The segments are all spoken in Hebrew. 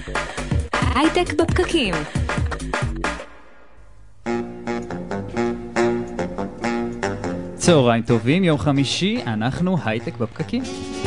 הייטק בפקקים. צהריים טובים, יום חמישי, אנחנו הייטק בפקקים.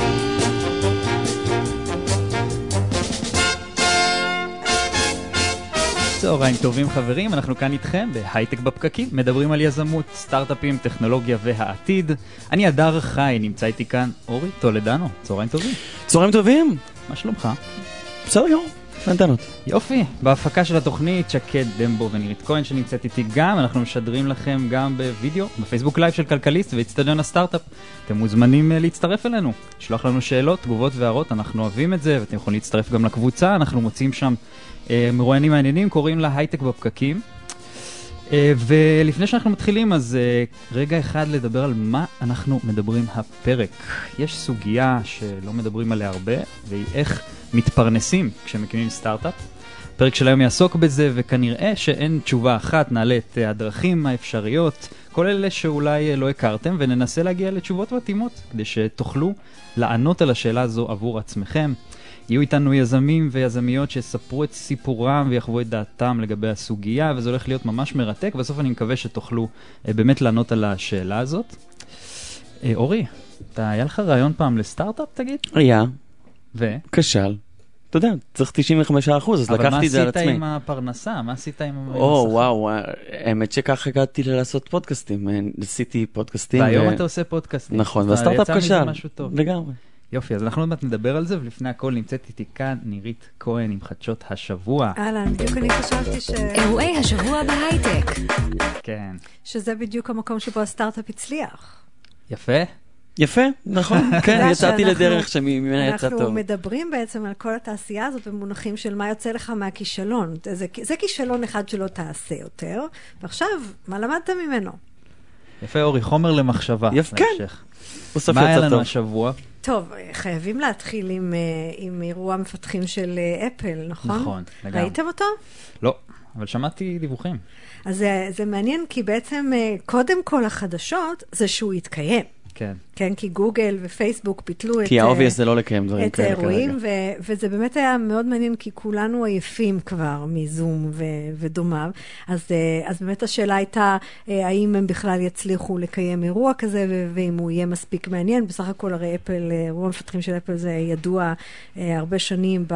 צהריים טובים חברים, אנחנו כאן איתכם בהייטק בפקקים, מדברים על יזמות, סטארט-אפים, טכנולוגיה והעתיד. אני הדר חי, נמצא איתי כאן אורי טולדנו. צהריים טובים. צהריים טובים. מה שלומך? בסדר יום, נתנות. יופי, בהפקה של התוכנית שקד דמבו ונירית כהן שנמצאת איתי גם, אנחנו משדרים לכם גם בווידאו, בפייסבוק לייב של כלכליסט ואצטדיון הסטארט-אפ. אתם מוזמנים להצטרף אלינו, לשלוח לנו שאלות, תגובות והערות, אנחנו אוהבים את זה, ואתם יכולים להצטרף גם לקבוצה, אנחנו מוצאים שם מרואיינים מעניינים, קוראים לה הייטק בפקקים. ולפני שאנחנו מתחילים, אז רגע אחד לדבר על מה אנחנו מדברים הפרק. יש סוגיה שלא מדברים עליה הרבה, והיא איך מתפרנסים כשמקימים סטארט-אפ. הפרק של היום יעסוק בזה, וכנראה שאין תשובה אחת, נעלה את הדרכים האפשריות, כל אלה שאולי לא הכרתם, וננסה להגיע לתשובות מתאימות, כדי שתוכלו לענות על השאלה הזו עבור עצמכם. יהיו איתנו יזמים ויזמיות שיספרו את סיפורם ויחוו את דעתם לגבי הסוגיה, וזה הולך להיות ממש מרתק. בסוף אני מקווה שתוכלו באמת לענות על השאלה הזאת. אורי, היה לך רעיון פעם לסטארט-אפ, תגיד? היה. ו? כשל. אתה יודע, צריך 95%, אז לקחתי את זה על עצמי. אבל מה עשית עם הפרנסה? מה עשית עם השכר? וואו, האמת שכך הגעתי לעשות פודקאסטים. עשיתי פודקאסטים. והיום אתה עושה פודקאסטים. נכון, והסטארט-אפ כשל. לגמרי. יופי, אז אנחנו עוד מעט נדבר על זה, ולפני הכל נמצאת איתי כאן נירית כהן עם חדשות השבוע. אהלן, בדיוק אני חשבתי אירועי השבוע בהייטק. כן. שזה בדיוק המקום שבו הסטארט-אפ הצליח. יפה? יפה, נכון. כן, יצאתי לדרך שממנה יצא טוב. אנחנו מדברים בעצם על כל התעשייה הזאת במונחים של מה יוצא לך מהכישלון. זה כישלון אחד שלא תעשה יותר, ועכשיו, מה למדת ממנו? יפה, אורי, חומר למחשבה. יפה, כן. מה היה לנו השבוע? טוב, חייבים להתחיל עם אירוע המפתחים של אפל, נכון? נכון, לגמרי. ראיתם אותו? לא, אבל שמעתי דיווחים. אז זה מעניין, כי בעצם קודם כל החדשות זה שהוא יתקיים. כן. כן, כי גוגל ופייסבוק פיתלו כי האובייס זה לא לקיים דברים כאלה כרגע. את האירועים, וזה באמת היה מאוד מעניין, כי כולנו עייפים כבר מזום ודומיו. אז באמת השאלה הייתה, האם הם בכלל יצליחו לקיים אירוע כזה, ואם הוא יהיה מספיק מעניין. בסך הכל הרי אפל, אירוע המפתחים של אפל זה ידוע הרבה שנים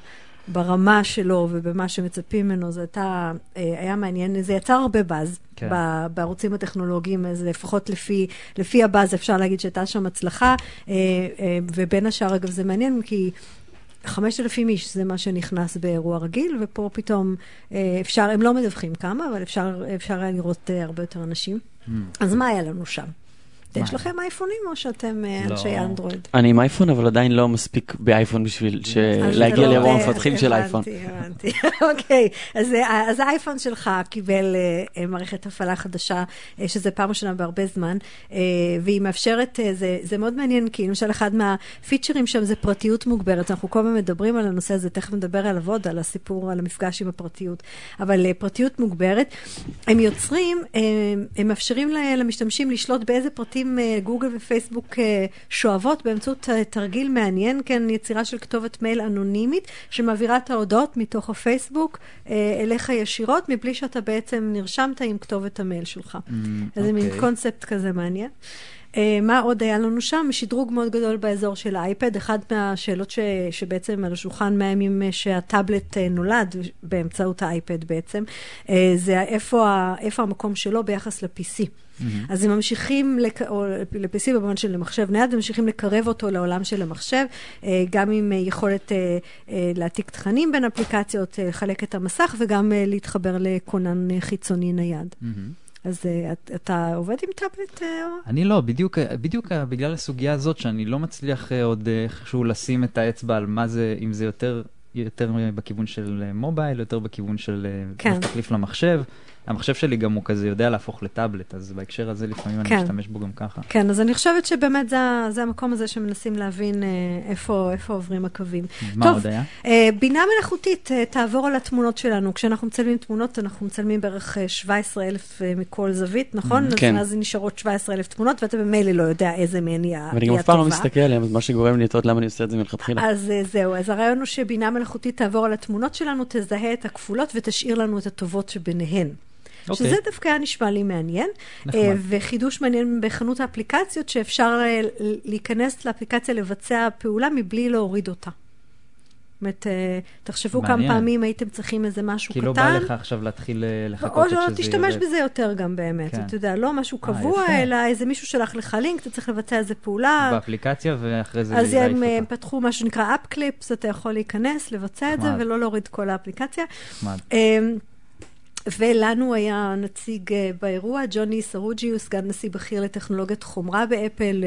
ברמה שלו ובמה שמצפים ממנו. זה היה מעניין, זה יצר הרבה בז. כן. בערוצים הטכנולוגיים, אז לפחות לפי הבאז אפשר להגיד שהייתה שם הצלחה, ובין השאר אגב זה מעניין, כי 5,000 איש זה מה שנכנס באירוע רגיל, ופה פתאום אפשר, הם לא מדווחים כמה, אבל אפשר היה לראות הרבה יותר אנשים. אז מה היה לנו שם? יש לכם אייפונים או שאתם אנשי אנדרואיד? אני עם אייפון, אבל עדיין לא מספיק באייפון בשביל להגיע לאירוע המפתחים של אייפון. הבנתי. אוקיי, אז האייפון שלך קיבל מערכת הפעלה חדשה, שזה פעם ראשונה בהרבה זמן, והיא מאפשרת, זה מאוד מעניין, כי למשל אחד מהפיצ'רים שם זה פרטיות מוגברת. אנחנו כל הזמן מדברים על הנושא הזה, תכף נדבר על עבוד, על הסיפור, על המפגש עם הפרטיות. אבל פרטיות מוגברת, הם יוצרים, הם מאפשרים למשתמשים לשלוט באיזה פרטים גוגל ופייסבוק שואבות באמצעות תרגיל מעניין, כן, יצירה של כתובת מייל אנונימית שמעבירה את ההודעות מתוך הפייסבוק אליך ישירות, מבלי שאתה בעצם נרשמת עם כתובת המייל שלך. אז זה מין קונספט כזה מעניין. מה עוד היה לנו שם? שדרוג מאוד גדול באזור של האייפד. אחד מהשאלות שבעצם על השולחן מהימים שהטאבלט נולד באמצעות האייפד בעצם, זה איפה המקום שלו ביחס ל-PC. אז הם ממשיכים, או ל-PC במובן של למחשב נייד, הם ממשיכים לקרב אותו לעולם של המחשב, גם עם יכולת להעתיק תכנים בין אפליקציות, לחלק את המסך, וגם להתחבר לכונן חיצוני נייד. אז אתה עובד עם טאבלט? אני לא, בדיוק בגלל הסוגיה הזאת, שאני לא מצליח עוד איכשהו לשים את האצבע על מה זה, אם זה יותר בכיוון של מובייל, יותר בכיוון של תחליף למחשב. המחשב שלי גם הוא כזה יודע להפוך לטאבלט, אז בהקשר הזה לפעמים אני משתמש בו גם ככה. כן, אז אני חושבת שבאמת זה המקום הזה שמנסים להבין איפה עוברים הקווים. מה עוד היה? בינה מלאכותית תעבור על התמונות שלנו. כשאנחנו מצלמים תמונות, אנחנו מצלמים בערך 17,000 מכל זווית, נכון? כן. אז נשארות 17,000 תמונות, ואתה במילא לא יודע איזה מהן היא הטובה. ואני גם אף פעם לא מסתכל עליהם, אז מה שגורם לי לטעות למה אני עושה את זה מלכתחילה. אז זהו, אז הרעיון הוא שבינה מלאכותית תעבור על התמונות שלנו, תזהה את הכפולות ותשאיר לנו את הטובות שביניהן. שזה דווקא היה נשמע לי מעניין, וחידוש מעניין בחנות האפליקציות, שאפשר להיכנס לאפליקציה לבצע פעולה מבלי להוריד אותה. זאת אומרת, תחשבו כמה פעמים הייתם צריכים איזה משהו קטן. כי לא בא לך עכשיו להתחיל לחכות שזה... או תשתמש בזה יותר גם באמת. אתה יודע, לא משהו קבוע, אלא איזה מישהו שלח לך לינק, אתה צריך לבצע איזה פעולה. באפליקציה, ואחרי זה... אז הם פתחו משהו שנקרא אפקליפס, אתה יכול להיכנס, לבצע את זה, ולא להוריד כל האפליקציה. ולנו היה נציג באירוע, ג'וני סרוג'י, הוא סגן נשיא בכיר לטכנולוגיית חומרה באפל,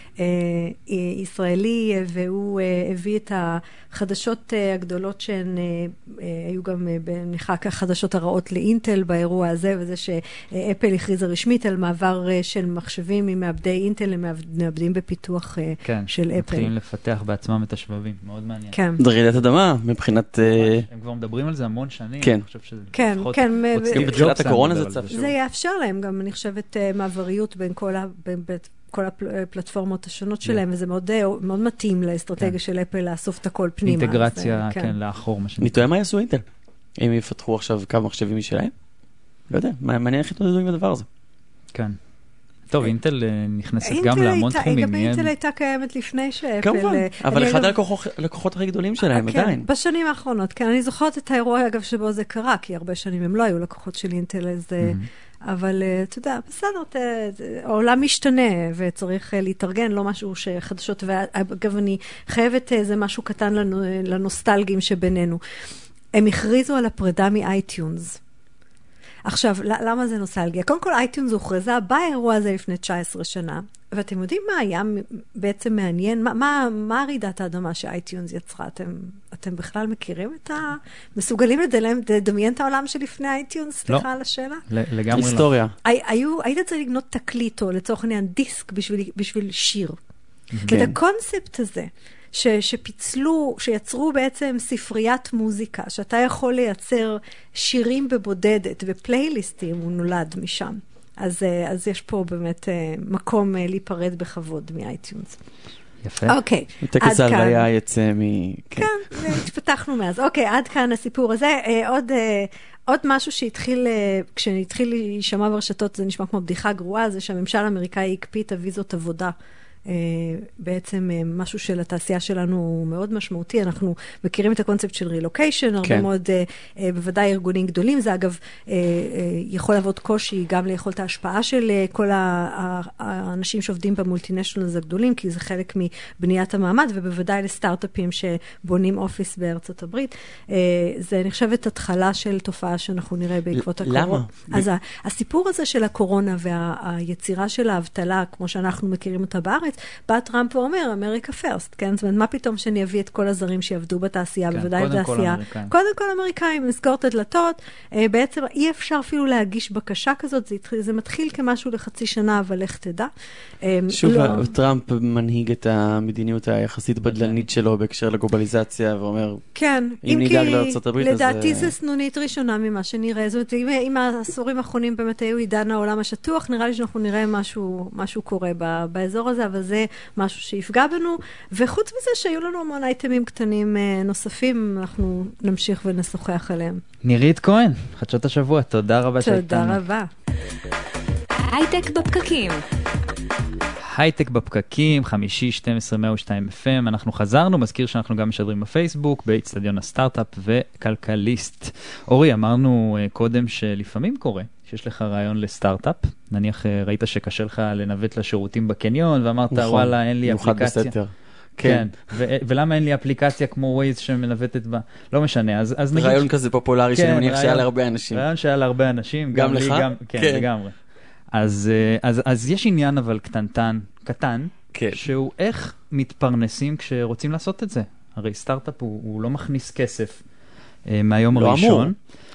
ישראלי, והוא הביא את החדשות הגדולות שהן היו גם בניחה כחדשות הרעות לאינטל באירוע הזה, וזה שאפל הכריזה רשמית על מעבר של מחשבים ממעבדי אינטל למעבדים בפיתוח של אפל. מתחילים לפתח בעצמם את השבבים, מאוד מעניין. כן. רעידת אדמה, מבחינת... הם כבר מדברים על זה המון שנים. כן. כן, כן. גם בתחילת הקורונה זה צף. זה יאפשר להם גם, אני חושבת, מעבריות בין כל הפלטפורמות השונות שלהם, וזה מאוד מתאים לאסטרטגיה של אפל לאסוף את הכל פנימה. אינטגרציה, כן, לאחור. אני טועה מה יעשו אינטל? אם יפתחו עכשיו כמה מחשבים משלהם? לא יודע, מעניין איך יתמודדו עם הדבר הזה. כן. טוב, אינטל נכנסת גם להמון תחומים. גם אינטל הייתה קיימת לפני שאפל... כמובן, אבל אחד הלקוחות הכי גדולים שלהם עדיין. בשנים האחרונות, כן. אני זוכרת את האירוע, אגב, שבו זה קרה, כי הרבה שנים הם לא היו לקוחות של אינטל, אבל אתה יודע, בסדר, העולם משתנה וצריך להתארגן, לא משהו שחדשות, ואגב, אני חייבת איזה משהו קטן לנוסטלגים שבינינו. הם הכריזו על הפרידה מאייטיונס. עכשיו, למה זה נוסטלגיה? קודם כל, אייטיונס הוכרזה באירוע הזה לפני 19 שנה, ואתם יודעים מה היה בעצם מעניין? מה רעידת האדמה שאייטיונס יצרה? אתם בכלל מכירים את מסוגלים לדמיין את העולם שלפני אייטיונס? סליחה על השאלה? לגמרי לא. היסטוריה. היית צריך לגנות תקליט או לצורך העניין דיסק בשביל שיר. ואת הקונספט הזה, שפיצלו, שיצרו בעצם ספריית מוזיקה, שאתה יכול לייצר שירים בבודדת ופלייליסטים, הוא נולד משם. אז יש פה באמת מקום להיפרד בכבוד מאייטיונס. יפה. אוקיי. טקס ההלוויה יצא כן, התפתחנו מאז. אוקיי, עד כאן הסיפור הזה. עוד משהו שהתחיל, כשהתחיל להישמע ברשתות, זה נשמע כמו בדיחה גרועה, זה שהממשל האמריקאי הקפיא את הוויזות עבודה. בעצם משהו של התעשייה שלנו הוא מאוד משמעותי. אנחנו מכירים את הקונספט של רילוקיישן, הרבה מאוד, בוודאי ארגונים גדולים. זה אגב יכול לעבוד קושי גם ליכולת ההשפעה של כל האנשים שעובדים במולטינשנלס הגדולים, כי זה חלק מבניית המעמד, ובוודאי לסטארט-אפים שבונים אופיס בארצות הברית. זה נחשבת התחלה של תופעה שאנחנו נראה בעקבות הקורונה. למה? אז הסיפור הזה של הקורונה והיצירה של האבטלה, כמו שאנחנו מכירים אותה בארץ, בא טראמפ ואומר, אמריקה פרסט, כן? זאת אומרת, מה פתאום שאני אביא את כל הזרים שיעבדו בתעשייה, בוודאי בתעשייה. קודם כל אמריקאים, נסגור את הדלתות, בעצם אי אפשר אפילו להגיש בקשה כזאת, זה מתחיל כמשהו לחצי שנה, אבל איך תדע. שוב, טראמפ מנהיג את המדיניות היחסית בדלנית שלו, בהקשר לגלובליזציה, ואומר, כן, אם נדאג לארצות הברית, אז... לדעתי זה סנונית ראשונה ממה שנראה. זאת אומרת, אם העשורים האחרונים באמת היו עידן העולם השטוח, נראה לי שאנחנו נראה משהו קורה באזור הזה, אבל זה משהו שיפגע בנו, וחוץ מזה שהיו לנו המון אייטמים קטנים נוספים, אנחנו נמשיך ונשוחח עליהם. נירית כהן, חדשות השבוע, תודה רבה שהייתנו. תודה רבה. הייטק בפקקים. הייטק בפקקים, 5/12/102 FM, אנחנו חזרנו, מזכיר שאנחנו גם משדרים בפייסבוק, באצטדיון הסטארט-אפ וכלכליסט. אורי, אמרנו קודם שלפעמים קורה, שיש לך רעיון לסטארט-אפ, נניח ראית שקשה לך לנווט לשירותים בקניון, ואמרת וואלה אין לי אפליקציה. כן, ולמה אין לי אפליקציה כמו ווייז שמנווטת בה, לא משנה, אז נגיד... רעיון כזה פופולרי שאני מניח שהיה להרבה אנשים. רעיון שהיה להרבה אנשים, גם לך? כן, לגמרי. אז יש עניין אבל קטן, שהוא איך מתפרנסים כשרוצים לעשות את זה. הרי סטארט-אפ הוא לא מכניס כסף מהיום הראשון.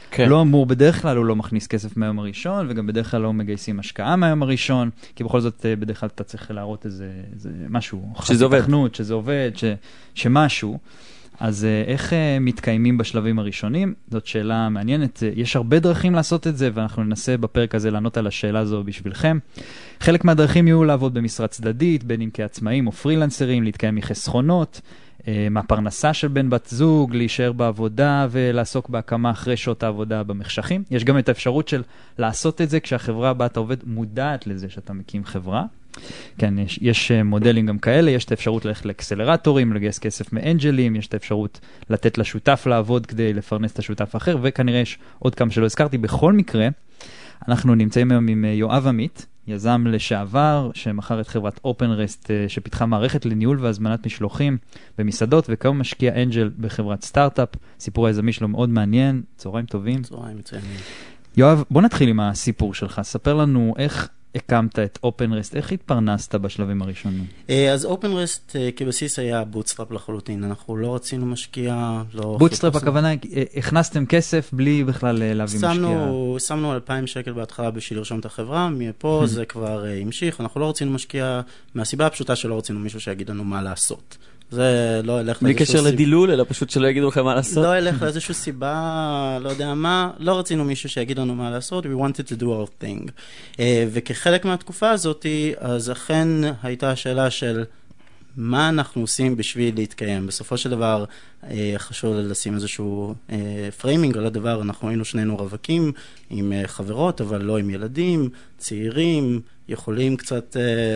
כן. לא אמור, בדרך כלל הוא לא מכניס כסף מהיום הראשון, וגם בדרך כלל לא מגייסים השקעה מהיום הראשון, כי בכל זאת בדרך כלל אתה צריך להראות איזה משהו, שזה עובד. תכנות, שזה עובד, שמשהו. אז איך מתקיימים בשלבים הראשונים? זאת שאלה מעניינת. יש הרבה דרכים לעשות את זה, ואנחנו ננסה בפרק הזה לענות על השאלה הזו בשבילכם. חלק מהדרכים יהיו לעבוד במשרה צדדית, בין אם כעצמאים או פרילנסרים, להתקיים מחסכונות, מהפרנסה של בן בת זוג, להישאר בעבודה ולעסוק בהקמה אחרי שעות העבודה במחשכים. יש גם את האפשרות של לעשות את זה כשהחברה בה אתה עובד מודעת לזה שאתה מקים חברה. כן, יש מודלים גם כאלה, יש את האפשרות ללכת לאקסלרטורים, לגייס כסף מאנג'לים, יש את האפשרות לתת לשותף לעבוד כדי לפרנס את השותף האחר, וכנראה יש עוד כמה שלא הזכרתי. בכל מקרה, אנחנו נמצאים היום עם יואב עמית, יזם לשעבר, שמכר את חברת אופנרסט, שפיתחה מערכת לניהול והזמנת משלוחים במסעדות, וכיום משקיע אנג'ל בחברת סטארט-אפ. סיפור היזמי שלו מאוד מעניין. צהריים טובים. צהריים מצוינים. יואב, בוא נתחיל עם הסיפור שלך. ספר לנו איך הקמת את אופנרסט, איך התפרנסת בשלבים הראשונים? אז אופנרסט כבסיס היה בוטסטראפ לחלוטין. אנחנו לא רצינו משקיע, לא... בוטסטראפ הכוונה, הכנסתם כסף בלי בכלל להביא משקיע. שמנו 2,000 שקל בהתחלה בשביל לרשום את החברה, מפה זה כבר המשיך. אנחנו לא רצינו משקיע מהסיבה הפשוטה שלא רצינו מישהו שיגיד לנו מה לעשות. זה לא ילך בלי קשר לדילול, אלא פשוט שלא יגידו לכם מה לעשות. לא ילך לאיזושהי סיבה, לא יודע מה, לא רצינו מישהו שיגיד לנו מה לעשות, we wanted to do our thing. וכחלק מהתקופה הזאת, אז אכן הייתה השאלה של מה אנחנו עושים בשביל להתקיים. בסופו של דבר, חשוב לשים איזשהו פריימינג על הדבר, אנחנו היינו שנינו רווקים עם חברות, אבל לא עם ילדים, צעירים, יכולים קצת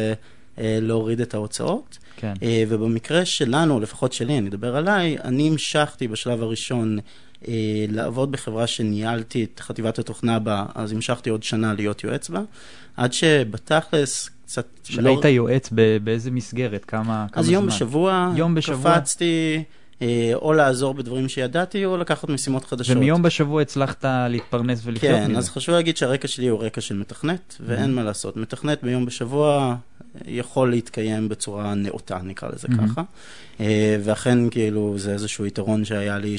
להוריד את ההוצאות. כן. ובמקרה שלנו, לפחות שלי, אני אדבר עליי, אני המשכתי בשלב הראשון לעבוד בחברה שניהלתי את חטיבת התוכנה בה, אז המשכתי עוד שנה להיות יועץ בה, עד שבתכלס קצת... שהיית יועץ באיזה מסגרת? כמה אז זמן? יום בשבוע קפצתי... או לעזור בדברים שידעתי, או לקחת משימות חדשות. ומיום בשבוע הצלחת להתפרנס ולחיות מזה. כן, אז חשוב להגיד שהרקע שלי הוא רקע של מתכנת, ואין מה לעשות. מתכנת ביום בשבוע יכול להתקיים בצורה נאותה, נקרא לזה ככה. ואכן, כאילו, זה איזשהו יתרון שהיה לי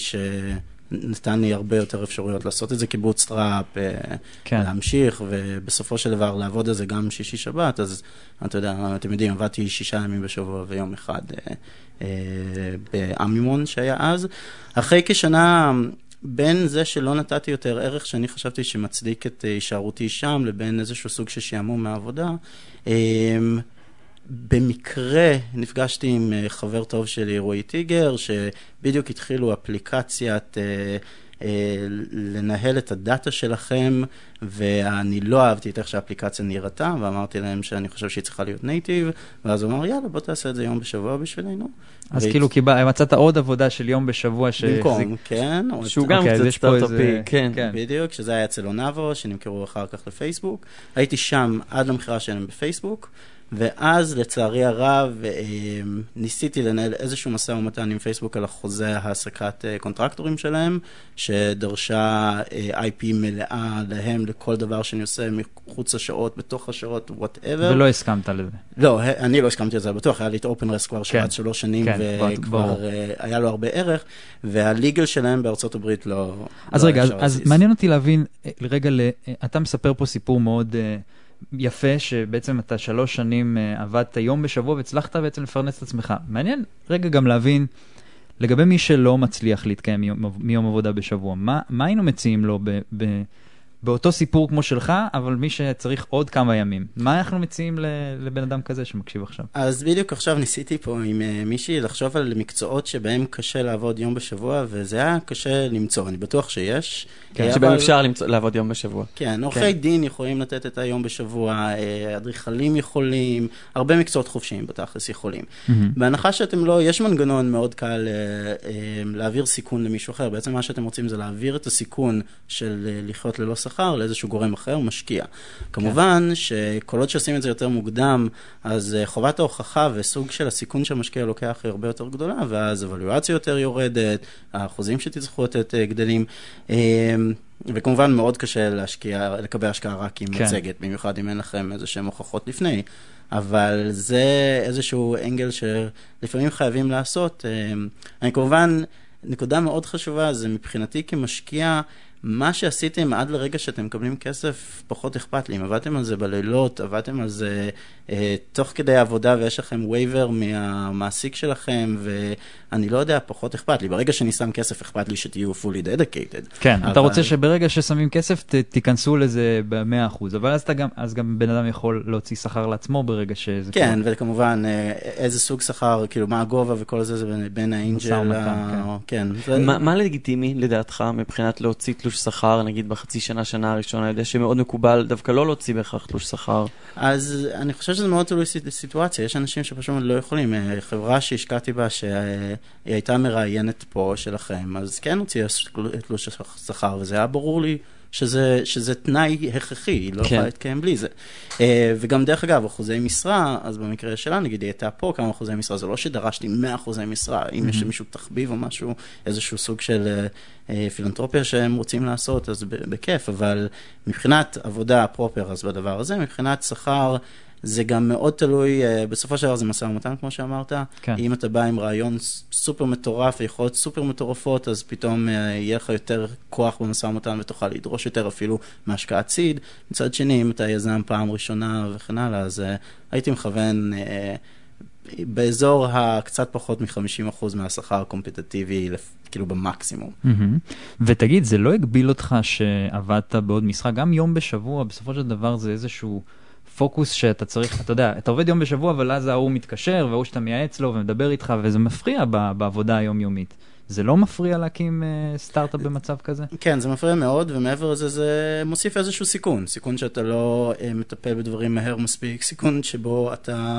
נתן לי הרבה יותר אפשרויות לעשות את זה כבוטסטראפ, להמשיך, ובסופו של דבר לעבוד על זה גם שישי שבת, אז אתם יודעים, עבדתי 6 ימים בשבוע ויום אחד באמימון שהיה אז. אחרי כשנה, בין זה שלא נתתי יותר ערך שאני חשבתי שמצדיק את הישארותי שם, לבין איזשהו סוג ששעמום מהעבודה, במקרה נפגשתי עם חבר טוב שלי, רועי טיגר, שבדיוק התחילו אפליקציית לנהל את הדאטה שלכם, ואני לא אהבתי את איך שהאפליקציה נראתה, ואמרתי להם שאני חושב שהיא צריכה להיות נייטיב, ואז הוא אמר, יאללה, בוא תעשה את זה יום בשבוע בשבילנו. אז כאילו מצאת עוד עבודה של יום בשבוע במקום, כן. שהוא גם קצת סטארט-אפי, כן. בדיוק, שזה היה אצל אונאבו, שנמכרו אחר כך לפייסבוק. הייתי שם עד למכירה שלהם בפייסבוק, ואז לצערי הרב ניסיתי לנהל איזשהו משא ומתן עם פייסבוק על החוזה העסקת קונטרקטורים שלהם, שדרשה IP מלאה להם לכל דבר שאני עושה מחוץ השעות, בתוך השעות, whatever. ולא הסכמת לזה. לא, אני לא הסכמתי לזה בטוח, היה לי את אופנרסט כבר שעד 3 שנים, וכבר היה לו הרבה ערך, והליגל שלהם בארצות הברית לא... אז רגע, אז מעניין אותי להבין, רגע, אתה מספר פה סיפור מאוד... יפה, שבעצם אתה 3 שנים עבדת יום בשבוע והצלחת בעצם לפרנס את עצמך. מעניין רגע גם להבין, לגבי מי שלא מצליח להתקיים מיום עבודה בשבוע, מה היינו מציעים לו באותו סיפור כמו שלך, אבל מי שצריך עוד כמה ימים? מה אנחנו מציעים לבן אדם כזה שמקשיב עכשיו? אז בדיוק עכשיו ניסיתי פה עם מישהי לחשוב על מקצועות שבהם קשה לעבוד יום בשבוע, וזה היה קשה למצוא, אני בטוח שיש. שבהם אפשר לעבוד יום בשבוע. כן, עורכי דין יכולים לתת את היום בשבוע, אדריכלים יכולים, הרבה מקצועות חופשיים בתכלס יכולים. בהנחה שאתם לא, יש מנגנון מאוד קל להעביר סיכון למישהו אחר, בעצם מה שאתם רוצים זה להעביר את הסיכון של לחיות ללא שכר לאיזשהו גורם אחר, משקיע. כמובן שכל עוד שעושים את זה יותר מוקדם, אז חובת ההוכחה וסוג של הסיכון שהמשקיע לוקח היא הרבה יותר גדולה, ואז אבלואציה יותר יורדת, האחוזים שתצטרכו לתת גדלים, וכמובן מאוד קשה לקבל השקעה רק עם מצגת, במיוחד אם אין לכם איזה שהם הוכחות לפני, אבל זה איזשהו אנגל שלפעמים חייבים לעשות. אני כמובן, נקודה מאוד חשובה, זה מבחינתי כמשקיע, מה שעשיתם עד לרגע שאתם מקבלים כסף, פחות אכפת לי. אם עבדתם על זה בלילות, עבדתם על זה תוך כדי העבודה, ויש לכם וייבר מהמעסיק שלכם, ואני לא יודע, פחות אכפת לי. ברגע שאני שם כסף, אכפת לי שתהיו fully dedicated. כן, אתה רוצה שברגע ששמים כסף, תיכנסו לזה ב-100%, אבל אז גם בן אדם יכול להוציא שכר לעצמו ברגע שזה... כן, וכמובן, איזה סוג שכר, כאילו, מה הגובה וכל זה, זה בין האינג'ל... כן. מה לגיטימי, לדעתך, מבחינת להוציא תלוש שכר, נגיד בחצי שנה הראשונה, יודע שמאוד מקובל דווקא לא להוציא בהכרח תלוש שכר? אז אני חושב שזה מאוד תלוי סיטואציה. יש אנשים שפשוט לא יכולים. חברה שהשקעתי בה, שהיא הייתה מראיינת פה שלכם, אז כן הוציאה תלוש שכר, וזה היה ברור לי שזה תנאי הכרחי, לא יכולה להתקיים בלי זה. וגם דרך אגב, אחוזי משרה, אז במקרה שלה, נגיד, היא הייתה פה כמה אחוזי משרה, זה לא שדרשתי 100% משרה, אם יש למישהו תחביב או משהו, איזשהו סוג של פילנטרופיה שהם רוצים לעשות, אז בכיף, אבל מבחינת עבודה פרופר, אז בדבר הזה, מבחינת שכר, זה גם מאוד תלוי, בסופו של דבר זה משא ומתן, כמו שאמרת. כן. אם אתה בא עם רעיון סופר מטורף, יכולות סופר מטורפות, אז פתאום יהיה לך יותר כוח במשא ומתן, ותוכל לדרוש יותר אפילו מהשקעת סיד. מצד שני, אם אתה יזם פעם ראשונה וכן הלאה, אז הייתי מכוון באזור הקצת פחות מ-50% מהשכר הקומפטטיבי, כאילו במקסימום. ותגיד, זה לא הגביל אותך שעבדת בעוד משרה, גם יום בשבוע, בסופו של דבר זה איזשהו פוקוס שאתה צריך, אתה יודע, אתה עובד יום בשבוע, אבל אז ההוא מתקשר, והוא שאתה מייעץ לו ומדבר איתך, וזה מפריע בעבודה היומיומית. זה לא מפריע להקים סטארט-אפ במצב כזה? כן, זה מפריע מאוד, ומעבר לזה זה מוסיף איזשהו סיכון. סיכון שאתה לא מטפל בדברים מהר מספיק, סיכון שבו אתה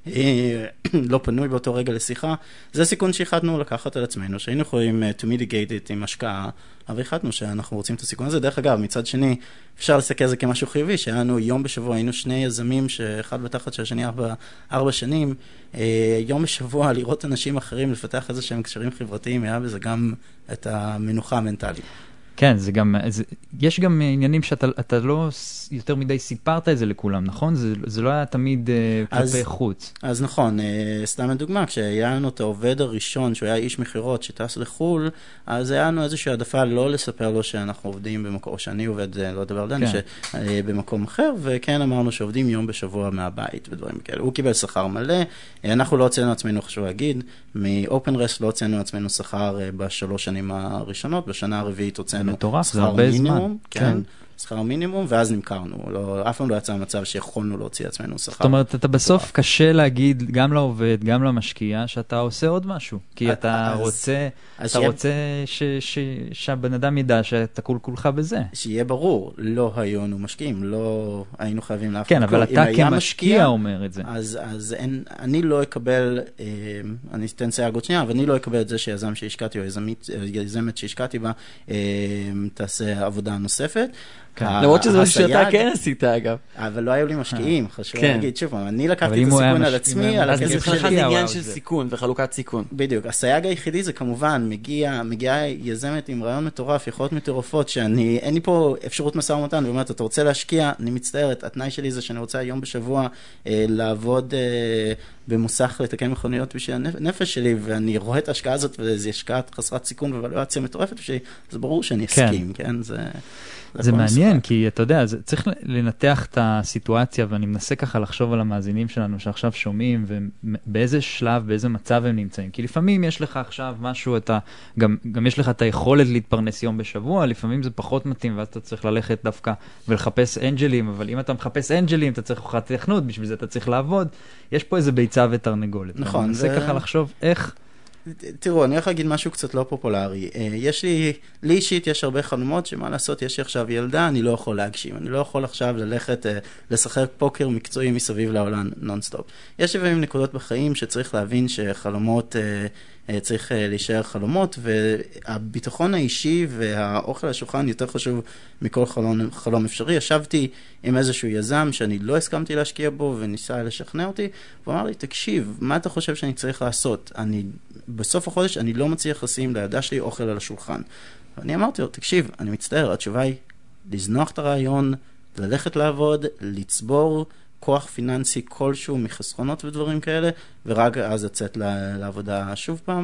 לא פנוי באותו רגע לשיחה. זה סיכון שהחלטנו לקחת על עצמנו, שהיינו יכולים to mitigate it עם השקעה, אבל החלטנו שאנחנו רוצים את הסיכון הזה. דרך אגב, מצד שני, אפשר לסקר זה כמשהו חיובי, שהיינו יום בשבוע, היינו שני יזמים שאחד בתחת של השני 4 שנים, יום בשבוע לראות אנשים אחרים, לפתח איזה שהם קשרים חברתיים, היה בזה גם את המנוחה המנטלית. כן, זה גם, יש גם עניינים שאתה לא יותר מדי סיפרת את זה לכולם, נכון? זה לא היה תמיד כלפי חוץ. אז נכון, סתם לדוגמה, כשהיה לנו את העובד הראשון, שהוא היה איש מחירות שטס לחול, אז היה לנו איזושהי העדפה לא לספר לו שאנחנו עובדים במקום, או שאני עובד, לא אדבר על דני, במקום אחר, וכן אמרנו שעובדים יום בשבוע מהבית ודברים כאלה. הוא קיבל שכר מלא, אנחנו לא הוצאנו עצמנו, חשוב להגיד, מ-OpenRest לא הוצאנו עצמנו שכר ב3 שנים הראשונות, בשנה הרביעית הוצאנו מטורף, זה הרבה זמן. כן, שכר מינימום, ואז נמכרנו. אף פעם לא יצא מצב שיכולנו להוציא עצמנו שכר. זאת אומרת, אתה בסוף קשה להגיד גם לעובד, גם למשקיע, שאתה עושה עוד משהו. כי אתה רוצה שהבן אדם ידע שאתה כולך בזה. שיהיה ברור, לא היינו משקיעים, לא היינו חייבים להפוך. כן, אבל אתה כמשקיע אומר את זה. אז אני לא אקבל, אני אתן סייגות שנייה, אבל אני לא אקבל את זה שיזם שהשקעתי, או יזמת שהשקעתי בה, תעשה עבודה נוספת. למרות שזה משהו שאתה כן עשית, אגב. אבל לא היו לי משקיעים, חשוב להגיד, שוב, אני לקחתי את הסיכון על עצמי, על הכסף שלי. אז זה עניין של סיכון וחלוקת סיכון. בדיוק, הסייג היחידי זה כמובן, מגיעה יזמת עם רעיון מטורף, יכולות מטורפות, שאני, אין לי פה אפשרות משא ומתן, ואומרת, אתה רוצה להשקיע, אני מצטערת, התנאי שלי זה שאני רוצה יום בשבוע לעבוד במוסך לתקן מכוניות בשביל הנפש שלי, ואני רואה את ההשקעה הזאת, וזו השקעת חסרת סיכון וואלואציה מטורפת, זה ברור שאני אסכים, כן? זה מעניין, כי אתה יודע, צריך לנתח את הסיטואציה, ואני מנסה ככה לחשוב על המאזינים שלנו שעכשיו שומעים, ובאיזה שלב, באיזה מצב הם נמצאים. כי לפעמים יש לך עכשיו משהו, גם יש לך את היכולת להתפרנס יום בשבוע, לפעמים זה פחות מתאים, ואז אתה צריך ללכת דווקא ולחפש אנג'לים, אבל אם אתה מחפש אנג'לים, אתה צריך הוכחת תכנות, בשביל זה אתה צריך לעבוד. יש פה איזה ביצה ותרנגולת. נכון. אני מנסה ככה לחשוב איך... תראו, אני הולך להגיד משהו קצת לא פופולרי. לי אישית יש הרבה חלומות שמה לעשות, יש לי עכשיו ילדה, אני לא יכול להגשים. אני לא יכול עכשיו ללכת לשחק פוקר מקצועי מסביב לעולם נונסטופ. יש לפעמים נקודות בחיים שצריך להבין שחלומות צריך להישאר חלומות, והביטחון האישי והאוכל לשולחן יותר חשוב מכל חלום אפשרי. ישבתי עם איזשהו יזם שאני לא הסכמתי להשקיע בו, וניסה לשכנע אותי, והוא אמר לי, תקשיב, מה אתה חושב שאני צריך לעשות? בסוף החודש אני לא מצליח לשים לידה שלי אוכל על השולחן. ואני אמרתי לו, תקשיב, אני מצטער, התשובה היא לזנוח את הרעיון, ללכת לעבוד, לצבור כוח פיננסי כלשהו מחסכונות ודברים כאלה, ורק אז לצאת לעבודה שוב פעם.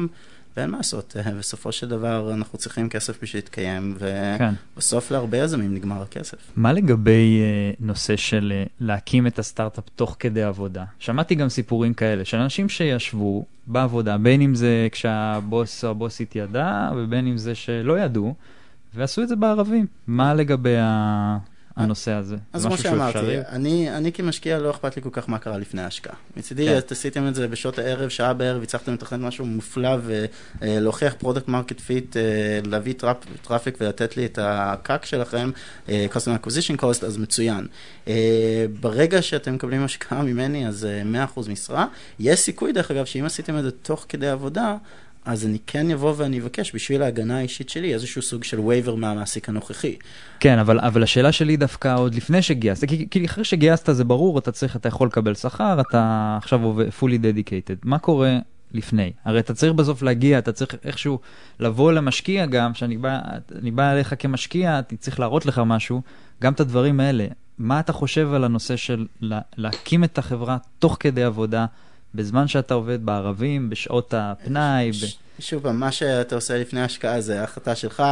ואין מה לעשות, בסופו של דבר אנחנו צריכים כסף בשביל להתקיים, כן. ובסוף להרבה יזמים נגמר הכסף. מה לגבי נושא של להקים את הסטארט-אפ תוך כדי עבודה? שמעתי גם סיפורים כאלה, של אנשים שישבו בעבודה, בין אם זה כשהבוס או הבוסית ידע, ובין אם זה שלא ידעו, ועשו את זה בערבים. מה לגבי הנושא הזה? אז כמו שאמרתי, אני כמשקיע לא אכפת לי כל כך מה קרה לפני ההשקעה. מצידי, עשיתם את זה בשעות הערב, שעה בערב, הצלחתם לתכנן משהו מופלא ולהוכיח פרודקט מרקט פיט, להביא טראפיק ולתת לי את הקאק שלכם, Customer Acquisition Cost, אז מצוין. ברגע שאתם מקבלים השקעה ממני, אז 100% משרה. יש סיכוי, דרך אגב, שאם עשיתם את זה תוך כדי עבודה, אז אני כן יבוא ואני אבקש בשביל ההגנה האישית שלי איזשהו סוג של וייבר מהמעסיק הנוכחי. כן, אבל השאלה שלי דווקא עוד לפני שגייסת, כי אחרי שגייסת זה ברור, אתה יכול לקבל שכר, אתה עכשיו fully dedicated. מה קורה לפני? הרי אתה צריך בסוף להגיע, אתה צריך איכשהו לבוא למשקיע גם, שאני בא אליך כמשקיע, אני צריך להראות לך משהו, גם את הדברים האלה. מה אתה חושב על הנושא של להקים את החברה תוך כדי עבודה, בזמן שאתה עובד בערבים, בשעות הפנאי? שוב, מה שאתה עושה לפני ההשקעה זה ההחלטה שלך.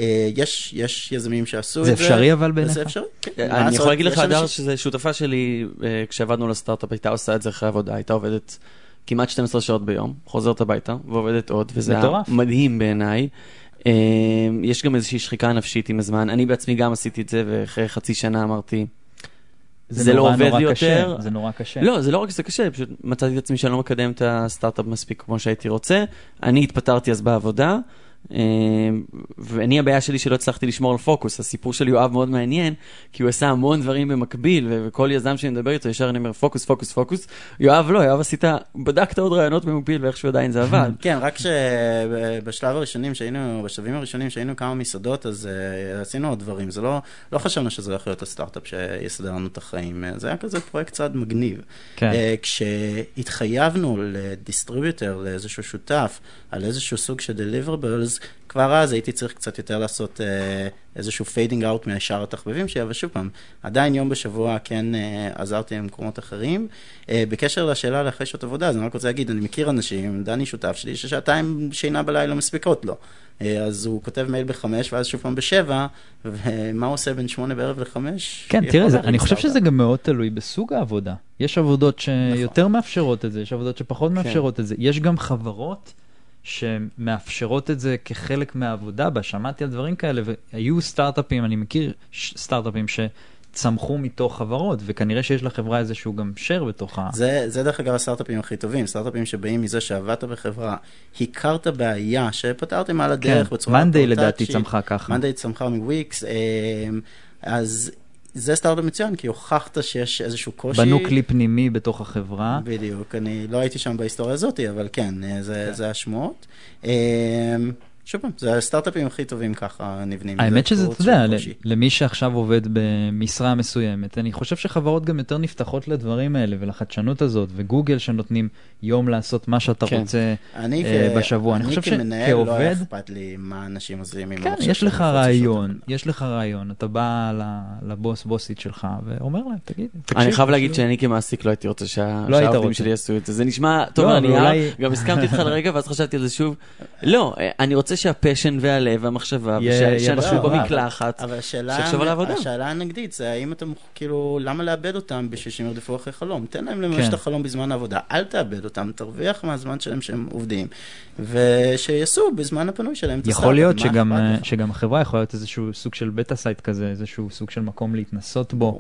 יש יזמים שעשו את זה. זה אפשרי אבל בעיניך? זה אפשרי. אני יכול להגיד לך, אדר, שזה שותפה שלי, כשעבדנו לסטארט-אפ, הייתה עושה את זה אחרי עבודה, הייתה עובדת כמעט 12 שעות ביום, חוזרת הביתה ועובדת עוד, וזה מדהים בעיניי. יש גם איזושהי שחיקה נפשית עם הזמן. אני בעצמי גם עשיתי את זה, ואחרי חצי שנה אמרתי, זה לא עובד לי יותר. זה נורא קשה. לא, זה לא רק שזה קשה, פשוט מצאתי את עצמי שאני לא מקדם את הסטארט-אפ מספיק כמו שהייתי רוצה. אני התפטרתי אז בעבודה, ואני הבעיה שלי שלא הצלחתי לשמור על פוקוס. הסיפור של יואב מאוד מעניין, כי הוא עשה המון דברים במקביל, וכל יזם שאני מדבר איתו, ישר אני אומר פוקוס, פוקוס, פוקוס. יואב לא, יואב בדקת עוד רעיונות במקביל, ואיכשהו עדיין זה עבד. כן, רק שבשלבים הראשונים שהיינו כמה מסעדות, אז עשינו עוד דברים. זה לא חשבנו שזה הולך להיות הסטארט-אפ שיסדר לנו את החיים. זה היה כזה פרויקט צעד מגניב. כשהתחייבנו לדיסטריביוטר, לאיזשהו שותף, על איזשהו סוג של deliverables, כבר אז הייתי צריך קצת יותר לעשות איזשהו fading out מהשאר התחביבים שלי, אבל שוב פעם, עדיין יום בשבוע כן עזרתי במקומות אחרים. בקשר לשאלה לאחרי שעות עבודה, אז אני רק רוצה להגיד, אני מכיר אנשים, דני שותף שלי, ששעתיים שינה בלילה מספיקות לו. אז הוא כותב מייל ב5, ואז שוב פעם ב7, ומה הוא עושה בין 8 בערב ל5? כן, תראה, אני חושב שזה גם מאוד תלוי בסוג העבודה. יש עבודות שיותר מאפשרות את זה, יש עבודות שפחות מאפשרות את זה. יש גם חברות שמאפשרות את זה כחלק מהעבודה, שמעתי על דברים כאלה, והיו סטארט-אפים, אני מכיר סטארט-אפים שצמחו מתוך חברות, וכנראה שיש לחברה איזשהו גם share בתוך זה דרך אגב הסטארט-אפים הכי טובים, סטארט-אפים שבאים מזה שעבדת בחברה, הכרת בעיה שפתרתם על הדרך בצורה מנדי לדעתי צמחה ככה. מנדי צמחה מוויקס, אז זה סטארט-אפ מצוין, כי הוכחת שיש איזשהו קושי. בנו כלי פנימי בתוך החברה. בדיוק, אני לא הייתי שם בהיסטוריה הזאת, אבל כן, זה השמועות. שוב פעם, זה הסטארט-אפים הכי טובים ככה נבנים. האמת שזה, אתה יודע, למי שעכשיו עובד במשרה מסוימת, אני חושב שחברות גם יותר נפתחות לדברים האלה, ולחדשנות הזאת, וגוגל שנותנים יום לעשות מה שאתה רוצה בשבוע. אני כמנהל לא היה אכפת לי מה אנשים עוזרים. כן, יש לך רעיון, אתה בא לבוס-בוסית שלך, ואומר להם, תגיד. אני חייב להגיד שאני כמעסיק לא הייתי רוצה שהעובדים שלי יעשו את זה. זה נשמע טוב על הנייר, גם הסכמתי איתך לרגע, ואז חשבתי על זה שוב. לא, אני רוצה שהפשן והלב והמחשבה, שאנשים במקלחת, שחשוב על העבודה. השאלה הנגדית זה האם אתם, כאילו, למה לאבד אותם בשביל שהם ירדפו אחרי חלום? תן להם לממש את החלום בזמן העבודה, אל תאבד אותם, תרוויח מהזמן שלהם שהם עובדים, ושיעשו בזמן הפנוי שלהם. יכול להיות שגם החברה יכולה להיות איזשהו סוג של בטה סייט כזה, איזשהו סוג של מקום להתנסות בו.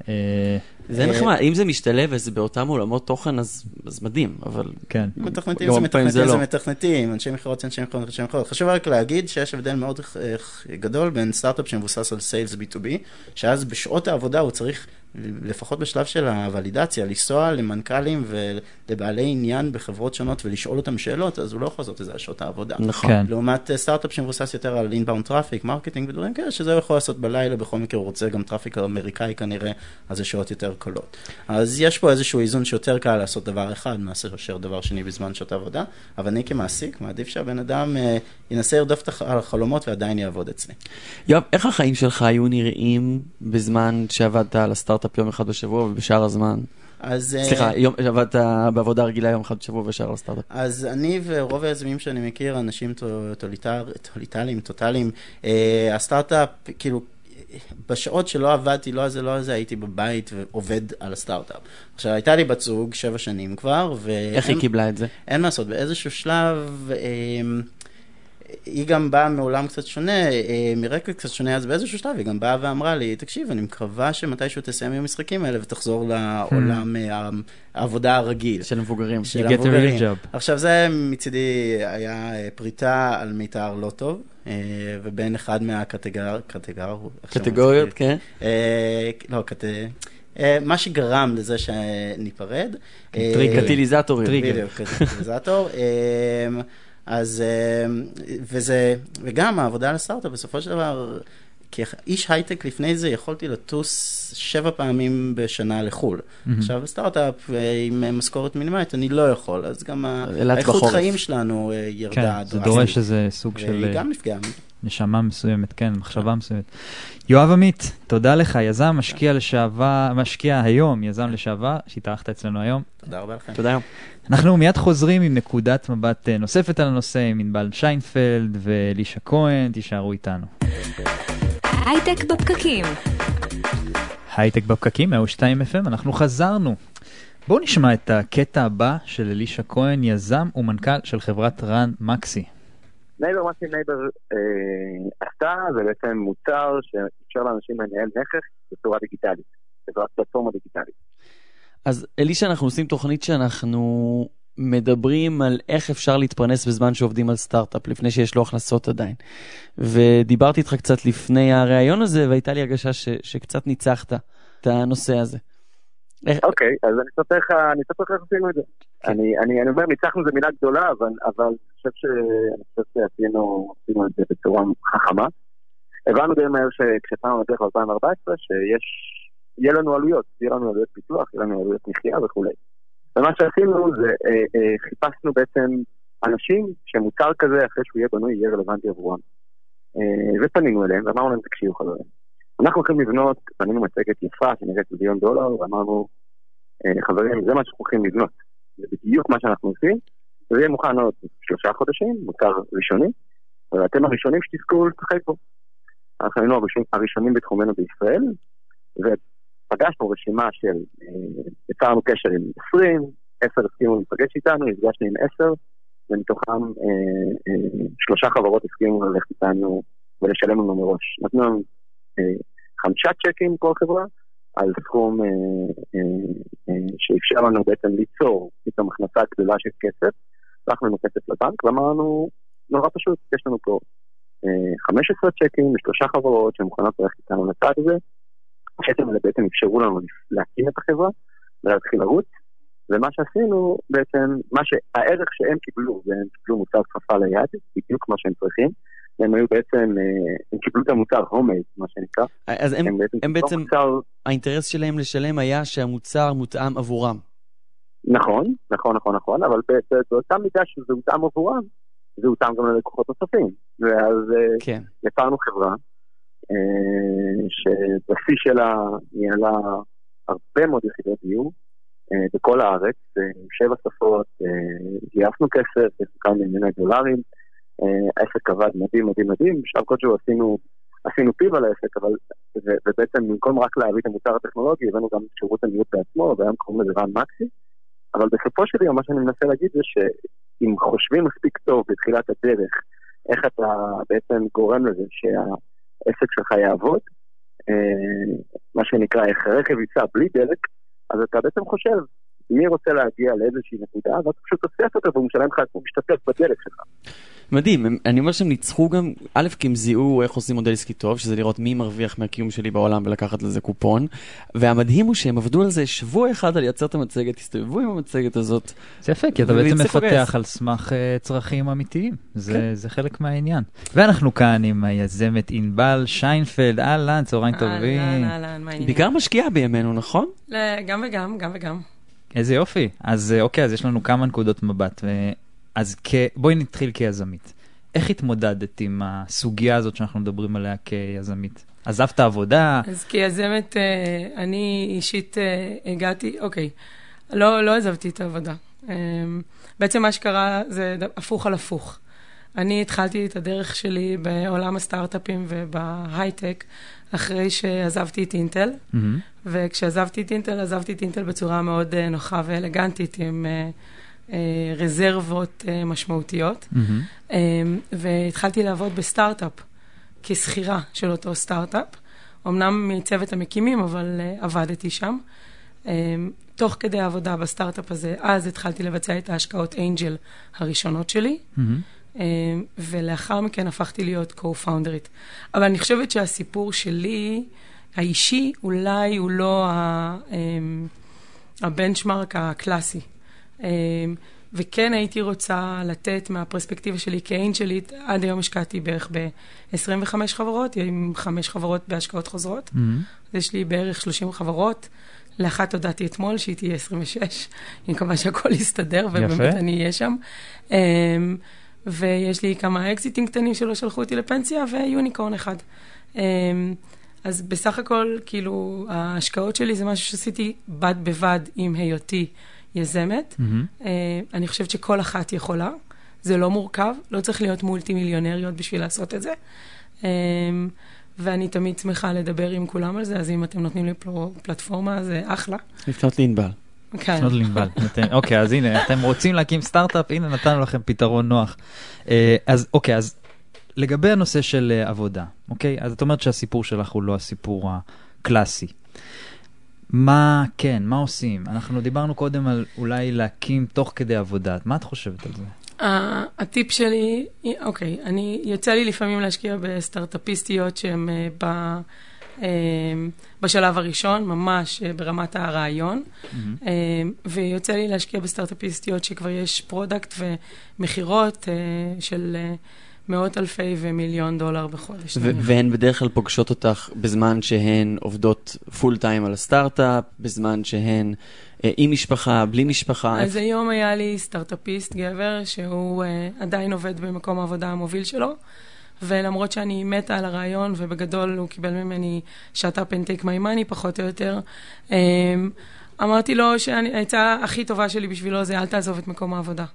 זה נחמד, אם זה משתלב וזה באותם עולמות תוכן, אז מדהים, אבל... כן. מתכנתים זה מתכנתים, אנשי מכירות זה אנשי מכירות. חשוב רק להגיד שיש הבדל מאוד גדול בין סטארט-אפ שמבוסס על סיילס B2B, שאז בשעות העבודה הוא צריך, לפחות בשלב של הוולידציה, לנסוע למנכ"לים ולבעלי עניין בחברות שונות ולשאול אותם שאלות, אז הוא לא יכול לעשות את זה על שעות העבודה. נכון. לעומת סטארט-אפ שמבוסס יותר על inbound traffic, מרקטינג ודברים כאלה, שזה יכול לעשות בלילה, בכל מקרה הוא רוצה גם טראפיק אמריקאי כנראה, אז זה שעות יותר קלות. אז יש פה איזשהו איזון שיותר קל לעשות דבר אחד, מאשר דבר שני בזמן שעות העבודה, אבל אני כמעסיק מעדיף שהבן אדם ינסה לרדוף על החלומות ועדיין יעבוד אצלי. יואב, איך החיים שלך היו נראים בזמן שעבדת על הסטארט-אפ יום אחד בשבוע ובשאר הזמן? סליחה, עבדת בעבודה רגילה יום אחד בשבוע ושאר על סטארט-אפ. אז אני ורוב היזמים שאני מכיר, אנשים טוטליים, הסטארט-אפ, כאילו, בשעות שלא עבדתי, לא על זה, הייתי בבית ועובד על הסטארט-אפ. עכשיו, הייתה לי בת זוג 7 שנים כבר, איך היא קיבלה את זה? אין מה לעשות, באיזשהו שלב, היא גם באה מעולם קצת שונה, מרקע קצת שונה, אז באיזשהו שלב היא גם באה ואמרה לי, תקשיב, אני מקווה שמתישהו תסיים עם המשחקים האלה ותחזור לעולם העבודה הרגיל. של המבוגרים. You get a real job. עכשיו זה מצידי היה פריטה על מיתר לא טוב, ובין אחד קטגוריות, כן. לא, מה שגרם לזה שניפרד. קטליזטורים. בדיוק, קטליזטור. אז, וגם העבודה על הסטארט-אפ, בסופו של דבר, כאיש הייטק לפני זה יכולתי לטוס 7 פעמים בשנה לחול. עכשיו בסטארט-אפ עם משכורת מינימלית אני לא יכול, אז גם האיכות חיים שלנו ירדה. כן, זה דורש איזה סוג של... והיא גם נפגעה. נשמה מסוימת, כן, מחשבה מסוימת. יואב עמית, תודה לך, יזם, משקיע היום, יזם לשעבר, שהתארחת אצלנו היום. תודה רבה לכם. תודה. אנחנו מיד חוזרים עם נקודת מבט נוספת על הנושא, עם ענבל שיינפלד ואלישה כהן, תישארו איתנו. הייטק בפקקים. הייטק בפקקים, 102 FM, אנחנו חזרנו. בואו נשמע את הקטע הבא של אלישה כהן, יזם ומנכ"ל של חברת רן מקסי. נייבר, מה שנייבר עשתה זה בעצם מוצר שאפשר לאנשים לנהל נכס בצורה דיגיטלית, בצורה פלטפורמה דיגיטלית. אז אלישה, אנחנו עושים תוכנית שאנחנו מדברים על איך אפשר להתפרנס בזמן שעובדים על סטארט-אפ, לפני שיש לו הכנסות עדיין. ודיברתי איתך קצת לפני הרעיון הזה, והייתה לי הרגשה שקצת ניצחת את הנושא הזה. אוקיי, אז אני אספר לך איך עשינו את זה. אני אומר, ניצחנו זה מילה גדולה, אבל אני חושב שעשינו את זה בצורה חכמה. הבנו די מהר שכשפעם נדרך ב-2014, שיהיה לנו עלויות, יהיה לנו עלויות פיתוח, יהיה לנו עלויות מחיה וכו'. ומה שעשינו זה, חיפשנו בעצם אנשים שמוצר כזה, אחרי שהוא יהיה בנוי, יהיה רלוונטי עבורם. ופנינו אליהם, ואמרנו להם, תקשיבו חברים. אנחנו הולכים לבנות, פנינו מצגת יפה, שנראית $1 מיליון, ואמרנו, חברים, זה מה שאנחנו הולכים לבנות. זה בדיוק מה שאנחנו עושים, וזה יהיה מוכן עוד 3 חודשים, מוצר ראשוני, ואתם הראשונים שתזכו לשחק בו. אנחנו היינו הראשונים בתחומנו בישראל, ופגשנו רשימה של, יצרנו קשר עם 20, 10 הסכימו להיפגש איתנו, נפגשנו עם 10, ומתוכם 3 חברות הסכימו ללכת איתנו ולשלם לנו מראש. נתנו לנו 5 צ'קים כל חברה, על סכום שאפשר לנו בעצם ליצור פתאום הכנסה גדולה של כסף, הלכנו לנו כסף לבנק, ואמרנו, נורא פשוט, יש לנו פה 15 צ'קים ל3 חברות שמוכנות ללכת איתנו לצד הזה, הצ'קים האלה בעצם אפשרו לנו להקים את החברה, ולהתחיל לרוץ, ומה שעשינו בעצם, הערך שהם קיבלו, והם קיבלו מוצר כפפה ליד, בדיוק מה שהם צריכים, הם היו בעצם, הם קיבלו את המוצר הומייד, מה שנקרא. אז הם בעצם, האינטרס שלהם לשלם היה שהמוצר מותאם עבורם. נכון, אבל באותה מידה שזה הותאם עבורם, זה הותאם גם ללקוחות נוספים. ואז יצרנו חברה, שבשיא שלה ניהלה הרבה מאוד יחידות דיור, בכל הארץ, 7 שפות, גייסנו כסף, כמה מיליוני דולרים, העסק עבד מדהים, בשלב כלשהו עשינו פיו על העסק, ובעצם במקום רק להביא את המוצר הטכנולוגי, הבאנו גם שירות הניהול בעצמו, והיום קוראים לזה רן מקסי, אבל בסופו של יום מה שאני מנסה להגיד זה שאם חושבים מספיק טוב בתחילת הדרך, איך אתה בעצם גורם לזה שהעסק שלך יעבוד, מה שנקרא, איך רכב ייסע בלי דלק, אז אתה בעצם חושב, מי רוצה להגיע לאיזושהי נקודה, ואתה פשוט אוסף אותו והוא משלם לך, הוא משתתף בדלק שלך. מדהים, אני אומר שהם ניצחו גם, א' כי הם זיהו איך עושים מודל עסקי טוב, שזה לראות מי מרוויח מהקיום שלי בעולם ולקחת לזה קופון, והמדהים הוא שהם עבדו על זה שבוע אחד על לייצר את המצגת, הסתובבו עם המצגת הזאת. זה יפה, כי אתה בעצם מפתח על סמך צרכים אמיתיים, זה חלק מהעניין. ואנחנו כאן עם היזמת ענבל שיינפלד, אהלן, צהריים טובים. בעיקר משקיעה בימינו, נכון? גם וגם. איזה יופי. אז אוקיי, אז יש לנו כמה נקודות מבט. אז בואי נתחיל כיזמית. איך התמודדת עם הסוגיה הזאת שאנחנו מדברים עליה כיזמית? עזבת עבודה? אז כיזמת, אני אישית הגעתי, אוקיי, לא עזבתי את העבודה. בעצם מה שקרה זה הפוך על הפוך. אני התחלתי את הדרך שלי בעולם הסטארט-אפים ובהייטק, אחרי שעזבתי את אינטל, וכשעזבתי את אינטל, עזבתי את אינטל בצורה מאוד נוחה ואלגנטית, עם רזרבות משמעותיות, והתחלתי לעבוד בסטארט-אפ, כסחירה של אותו סטארט-אפ, אמנם מצוות המקימים, אבל עבדתי שם. תוך כדי העבודה בסטארט-אפ הזה, אז התחלתי לבצע את ההשקעות אנג'ל הראשונות שלי, ולאחר מכן הפכתי להיות co-founderית. אבל אני חושבת שהסיפור שלי, האישי, אולי הוא לא הבנצ'מרק הקלאסי. וכן הייתי רוצה לתת מהפרספקטיבה שלי כאנג'לית, עד היום השקעתי בערך ב-25 חברות, עם 5 חברות בהשקעות חוזרות. יש לי בערך 30 חברות. לאחת הודעתי אתמול שהיא תהיה 26. אני מקווה שהכל יסתדר, ובאמת אני אהיה שם. ויש לי כמה אקזיטים קטנים שלא שלחו אותי לפנסיה, ויוניקורן אחד. אז בסך הכל, כאילו, ההשקעות שלי זה משהו שעשיתי בד בבד עם היותי יזמת. אני חושבת שכל אחת יכולה. זה לא מורכב, לא צריך להיות מולטי מיליונריות בשביל לעשות את זה. ואני תמיד שמחה לדבר עם כולם על זה, אז אם אתם נותנים לי פלטפורמה, זה אחלה. לפנות לענבל. לפנות לענבל. אוקיי, אז הנה, אתם רוצים להקים סטארט-אפ, הנה נתנו לכם פתרון נוח. אז אוקיי, אז לגבי הנושא של עבודה, אוקיי? אז את אומרת שהסיפור שלך הוא לא הסיפור הקלאסי. מה כן, מה עושים? אנחנו דיברנו קודם על אולי להקים תוך כדי עבודה. מה את חושבת על זה? הטיפ שלי, אוקיי, יוצא לי לפעמים להשקיע בסטארט-אפיסטיות שהן בשלב הראשון, ממש ברמת הרעיון, ויוצא לי להשקיע בסטארט-אפיסטיות שכבר יש פרודקט ומחירות של מאות אלפי ומיליון דולר בחודש. והן בדרך כלל פוגשות אותך בזמן שהן עובדות פול טיים על הסטארט-אפ, בזמן שהן עם משפחה, בלי משפחה. אז היום היה לי סטארט-אפיסט גבר, שהוא עדיין עובד במקום העבודה המוביל שלו, ולמרות שאני מתה על הרעיון, ובגדול הוא קיבל ממני shut up and take my money, פחות או יותר, אמרתי לו שההצעה הכי טובה שלי בשבילו זה אל תעזוב את מקום העבודה.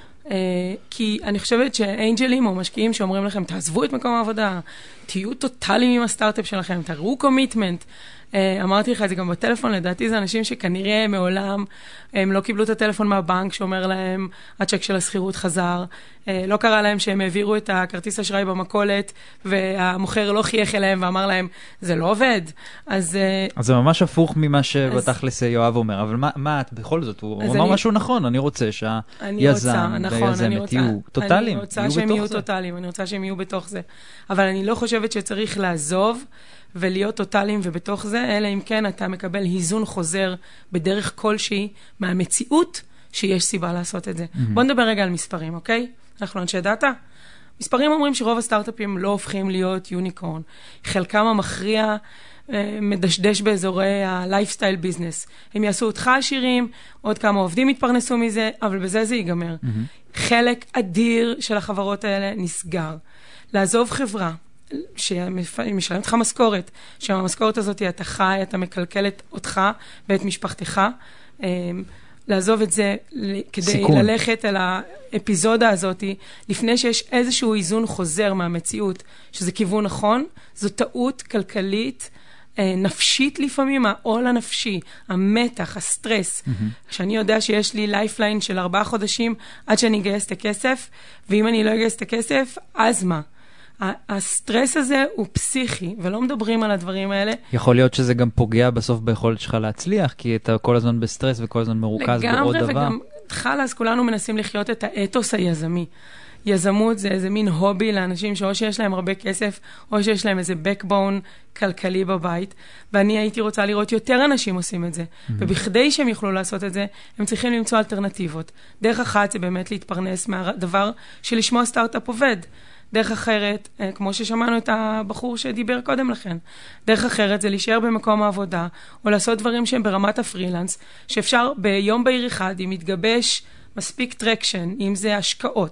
כי אני חושבת שאנג'לים או משקיעים שאומרים לכם, תעזבו את מקום העבודה, תהיו טוטליים עם הסטארט-אפ שלכם, תראו קומיטמנט. אמרתי לך את זה גם בטלפון, לדעתי זה אנשים שכנראה מעולם הם לא קיבלו את הטלפון מהבנק שאומר להם, הצ'ק של הסחירות חזר, לא קרה להם שהם העבירו את הכרטיס אשראי במקולת, והמוכר לא חייך אליהם ואמר להם, זה לא עובד. אז זה ממש הפוך ממה שבתכלס יואב אומר, אבל מה את בכל זאת? הוא אמר משהו נכון, אני רוצה שהיזם והיזמת יהיו טוטליים. אני רוצה שהם יהיו טוטליים, אני רוצה שהם יהיו בתוך זה. אבל אני לא חושבת שצריך לעזוב ולהיות טוטליים ובתוך זה, אלא אם כן אתה מקבל היזון חוזר בדרך כלשהי מהמציאות שיש סיבה לעשות את זה. בוא נדבר רגע על מספרים, אוקיי? אנחנו אנשי דאטה. מספרים אומרים שרוב הסטארט-אפים לא הופכים להיות יוניקורן. חלקם המכריע מדשדש באזורי הלייפסטייל ביזנס. הם יעשו אותך עשירים, עוד כמה עובדים יתפרנסו מזה, אבל בזה זה ייגמר. חלק אדיר של החברות האלה נסגר. לעזוב חברה, שמשלמת לך משכורת, שהמשכורת הזאת אתה חי, אתה מקלקלת אותך ואת משפחתך, לעזוב את זה כדי ללכת על האפיזודה הזאת, לפני שיש איזשהו איזון חוזר מהמציאות, שזה כיוון נכון, זו טעות כלכלית, נפשית לפעמים, העול הנפשי, המתח, הסטרס, שאני יודע שיש לי לייפליין של 4 חודשים עד שאני אגייס את הכסף, ואם אני לא אגייס את הכסף, אז מה? הסטרס הזה הוא פסיכי, ולא מדברים על הדברים האלה. יכול להיות שזה גם פוגע בסוף ביכולת שלך להצליח, כי אתה כל הזמן בסטרס וכל הזמן מרוכז בעוד דבר. לגמרי, וגם חלס, כולנו מנסים לחיות את האתוס היזמי. יזמות זה איזה מין הובי לאנשים שאו שיש להם הרבה כסף, או שיש להם איזה backbone כלכלי בבית, ואני הייתי רוצה לראות יותר אנשים עושים את זה. ובכדי שהם יוכלו לעשות את זה, הם צריכים למצוא אלטרנטיבות. דרך אחת זה באמת להתפרנס מהדבר שלשמו הסטארט-אפ עובד. דרך אחרת, כמו ששמענו את הבחור שדיבר קודם לכן, דרך אחרת זה להישאר במקום העבודה, או לעשות דברים שהם ברמת הפרילנס, שאפשר ביום בהיר אחד, אם יתגבש מספיק טרקשן, אם זה השקעות,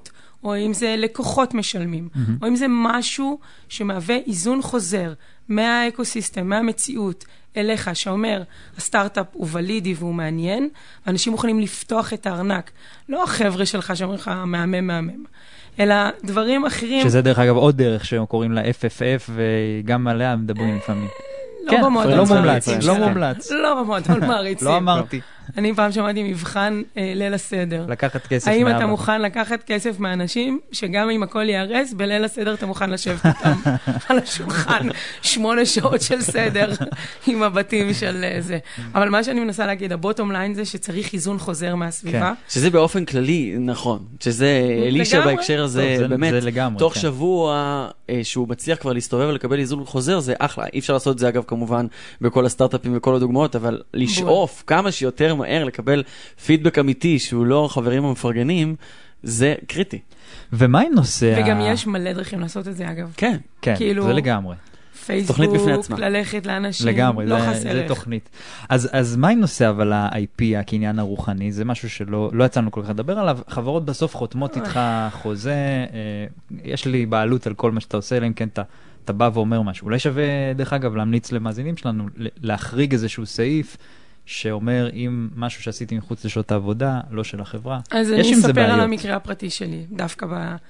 או אם זה לקוחות משלמים, או אם זה משהו שמהווה איזון חוזר מהאקוסיסטם, מהמציאות אליך, שאומר, הסטארט-אפ הוא ולידי והוא מעניין, ואנשים מוכנים לפתוח את הארנק. לא החבר'ה שלך שאומרים לך מהמם, אלא דברים אחרים. שזה דרך אגב עוד דרך שקוראים לה FFF, וגם עליה מדברים לפעמים. לא במועדון מעריצים לא מומלץ. לא במועדון מעריצים. לא אמרתי. אני פעם שמעתי מבחן ליל הסדר. לקחת כסף האם מאבא. אתה מוכן לקחת כסף מאנשים, שגם אם הכל ייהרס, בליל הסדר אתה מוכן לשבת איתם על השולחן 8 שעות של סדר עם הבתים של זה. אבל מה שאני מנסה להגיד, הבוטום ליין זה שצריך איזון חוזר מהסביבה. שזה באופן כללי נכון. שזה אלישה בהקשר הזה, באמת, תוך שבוע שהוא מצליח כבר להסתובב ולקבל איזון חוזר, זה אחלה. אי אפשר לעשות את זה אגב כמובן בכל הסטארט-אפים וכל הדוגמאות, אבל לשאוף כמה שיותר מהר לקבל פידבק אמיתי שהוא לא חברים המפרגנים, זה קריטי. ומה עם נושא וגם יש מלא דרכים לעשות את זה אגב. כן. כן, זה לגמרי. פייסבוק, ללכת לאנשים, לגמרי, לא חסר. זה תוכנית. אז מה עם נושא אבל ה-IP, הקניין הרוחני? זה משהו שלא יצאנו כל כך לדבר עליו. חברות בסוף חותמות איתך חוזה, יש לי בעלות על כל מה שאתה עושה, אלא אם כן אתה בא ואומר משהו. אולי שווה, דרך אגב, להמליץ למאזינים שלנו, להחריג איזשהו סעיף, שאומר אם משהו שעשיתי מחוץ לשעות העבודה, לא של החברה. אז אני אספר על המקרה הפרטי שלי, דווקא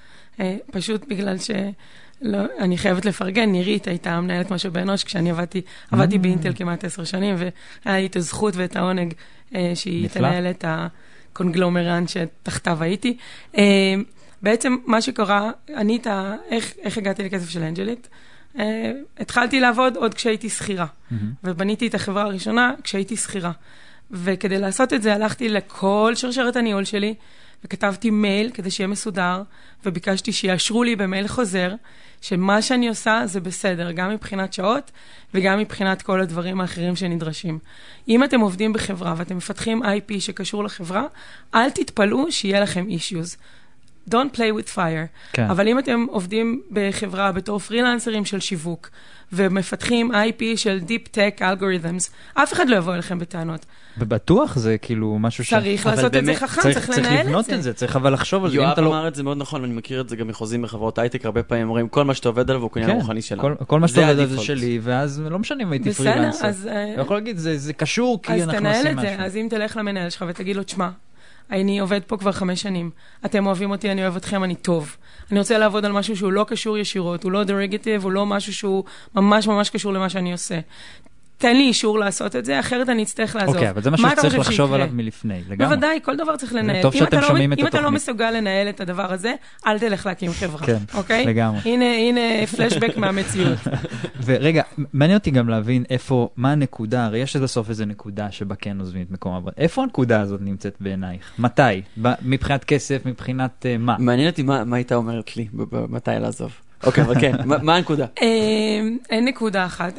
פשוט בגלל אני חייבת לפרגן, נירית הייתה מנהלת משאבי אנוש, כשאני עבדתי באינטל כמעט 10 שנים, והיה לי את הזכות ואת העונג שהיא תנהל את הקונגלומרן שתחתיו הייתי. בעצם מה שקרה, איך הגעתי לכסף של אנג'לית? התחלתי לעבוד עוד כשהייתי שכירה, ובניתי את החברה הראשונה כשהייתי שכירה. וכדי לעשות את זה, הלכתי לכל שרשרת הניהול שלי, וכתבתי מייל כדי שיהיה מסודר, וביקשתי שיאשרו לי במייל חוזר, שמה שאני עושה זה בסדר, גם מבחינת שעות, וגם מבחינת כל הדברים האחרים שנדרשים. אם אתם עובדים בחברה, ואתם מפתחים IP שקשור לחברה, אל תתפלאו שיהיה לכם issues. Don't play with fire. כן. אבל אם אתם עובדים בחברה בתור פרילנסרים של שיווק, ומפתחים IP של Deep Tech Algorithms, אף אחד לא יבוא אליכם בטענות. ובטוח זה כאילו משהו צריך לעשות את זה חכם, צריך לנהל את זה. צריך לבנות את זה, צריך אבל לחשוב על זה. יואב אמר את זה מאוד נכון, ואני מכיר את זה גם מחוזים בחברות הייטק, הרבה פעמים אומרים, כל מה שאתה עובד עליו הוא קניין רוחני שלנו. כל מה שאתה עובד עליו זה שלי, ואז לא משנה אם הייתי פרילנסר. אני יכול להגיד, זה קשור כי אנחנו עושים משהו. אז אם תלך למנהל שלך ותגיד לו, תשמע, אני עובד פה כבר 5 שנים. אתם אוהבים אותי, אני אוהב אתכם, אני טוב. אני רוצה לעבוד על משהו שהוא לא קשור ישירות, הוא לא דרגטיב, הוא לא משהו שהוא ממש ממש קשור למה שאני עושה. תן לי אישור לעשות את זה, אחרת אני אצטרך לעזוב. אוקיי, אבל זה משהו שצריך לחשוב עליו מלפני, לגמרי. בוודאי, כל דבר צריך לנהל. טוב שאתם שומעים את התוכנית. אם אתה לא מסוגל לנהל את הדבר הזה, אל תלך להקים חברה. כן, אוקיי? לגמרי. הנה פלשבק מהמציאות. ורגע, מעניין אותי גם להבין איפה, מה הנקודה, הרי יש בסוף איזו נקודה שבה כן עוזבים את מקום העבודה. איפה הנקודה הזאת נמצאת בעינייך? מתי? מבחינת כסף, מבחינת מה? מעניין אותי מה הייתה אומרת לי, מתי לעזוב. אוקיי, אבל כן, מה הנקודה? אין נקודה אחת,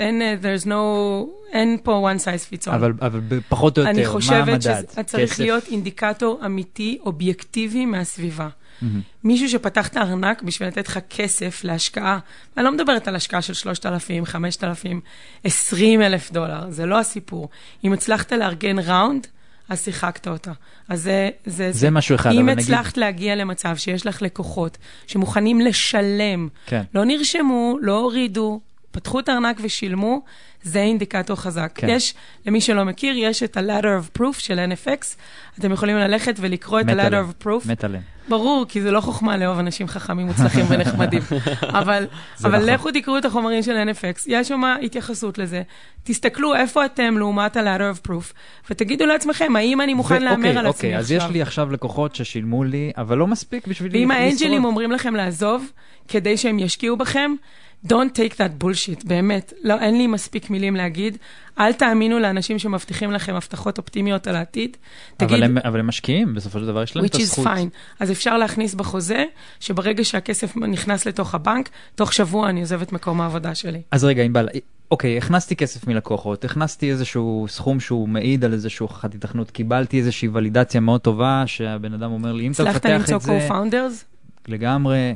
אין פה one size fits all. אבל פחות או יותר, מה המדד? אני חושבת שצריך להיות אינדיקטור אמיתי, אובייקטיבי מהסביבה. מישהו שפתח את הארנק בשביל לתת לך כסף להשקעה, אני לא מדברת על השקעה של 3,000, 5,000, $20,000, זה לא הסיפור. אם הצלחת לארגן ראונד, אז שיחקת אותה. אז זה משהו אחד. אם הצלחת להגיע למצב שיש לך לקוחות שמוכנים לשלם, כן. לא נרשמו, לא הורידו, פתחו את הארנק ושילמו, זה אינדיקטור חזק. כן. יש, למי שלא מכיר, יש את ה-Ladder of Proof של NFX, אתם יכולים ללכת ולקרוא את ה-Ladder of Proof. מטלם. ברור, כי זה לא חוכמה לאהוב אנשים חכמים, מוצלחים ונחמדים. אבל לכו תקראו את החומרים של NFX, יש שם התייחסות לזה. תסתכלו איפה אתם לעומת ה-Ladder of Proof, ותגידו לעצמכם, האם אני מוכן לאמר על עצמי עכשיו. אז יש לי עכשיו לקוחות ששילמו לי, אבל לא מספיק בשבילי. ואם האנג'לים אומרים לכם לעזוב, כדי שהם ישקיעו בכם, don't take that bullshit, באמת. לא, אין לי מספיק מילים להגיד. אל תאמינו לאנשים שמבטיחים לכם הבטחות אופטימיות על העתיד. אבל הם משקיעים, בסופו של דבר יש להם את הזכות. which is fine. אז אפשר להכניס בחוזה, שברגע שהכסף נכנס לתוך הבנק, תוך שבוע אני עוזב את מקום העבודה שלי. אז רגע, אינבל, אוקיי, הכנסתי כסף מלקוחות, הכנסתי איזשהו סכום שהוא מעיד על איזשהו חד התכנות, קיבלתי איזושהי ולידציה מאוד טובה, שהבן אדם אומר לי, אם אתה מפתח את זה... הצלחת למצוא co-founders? לגמרי...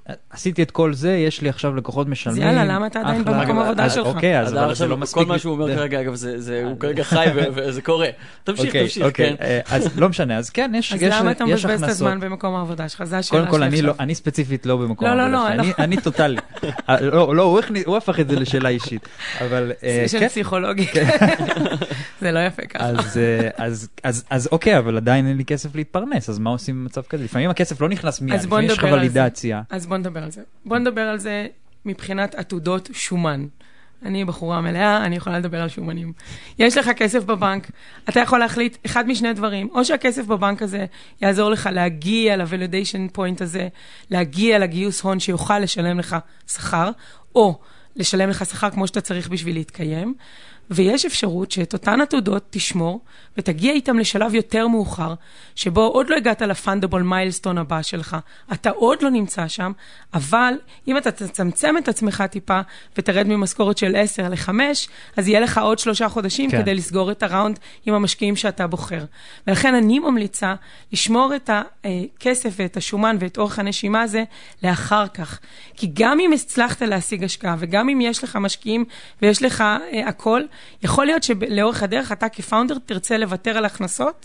עשיתי את כל זה, יש לי עכשיו לקוחות משלמים. אז יאללה, למה אתה עדיין במקום עבודה שלך? אוקיי, אבל זה לא מספיק. כל מה שהוא אומר כרגע, אגב, הוא כרגע חי וזה קורה. תמשיך, כן. אז לא משנה, אז כן, יש הכנסות. אז למה אתה מבזבז את הזמן במקום העבודה שלך? זו השאלה קודם שלי כל, עכשיו. אני ספציפית לא במקום לא, העבודה שלך. אני טוטלי. לא, הוא הפך את זה לשאלה אישית. אבל של פסיכולוגי. זה לא יפה ככה. אז אוקיי, אבל עדיין אין לי כסף להתפרנס, אז מה עושים במצב כזה? לפעמים הכסף לא נכנס מיד, לפעמים יש לך ולידציה. אז בוא נדבר על זה. בוא נדבר על זה מבחינת עתודות שומן. אני בחורה מלאה, אני יכולה לדבר על שומנים. יש לך כסף בבנק, אתה יכול להחליט אחד משני דברים, או שהכסף בבנק הזה יעזור לך להגיע ל-validation point הזה, להגיע לגיוס הון שיוכל לשלם לך שכר, או לשלם לך שכר כמו שאתה צריך בשביל להתקיים, ויש אפשרות שאת אותן עתודות תשמור, ותגיע איתם לשלב יותר מאוחר, שבו עוד לא הגעת לפנדבול מיילסטון הבא שלך, אתה עוד לא נמצא שם, אבל אם אתה תצמצם את עצמך טיפה, ותרד ממשכורת של 10 ל-5, אז יהיה לך עוד 3 חודשים כדי לסגור את הראונד עם המשקיעים שאתה בוחר. ולכן אני ממליצה לשמור את הכסף ואת השומן ואת אורך הנשימה הזה לאחר כך. כי גם אם הצלחת להשיג השקעה, וגם אם יש לך משקיעים ויש לך הכל, יכול להיות שלאורך הדרך אתה כפאונדר תרצה לוותר על הכנסות,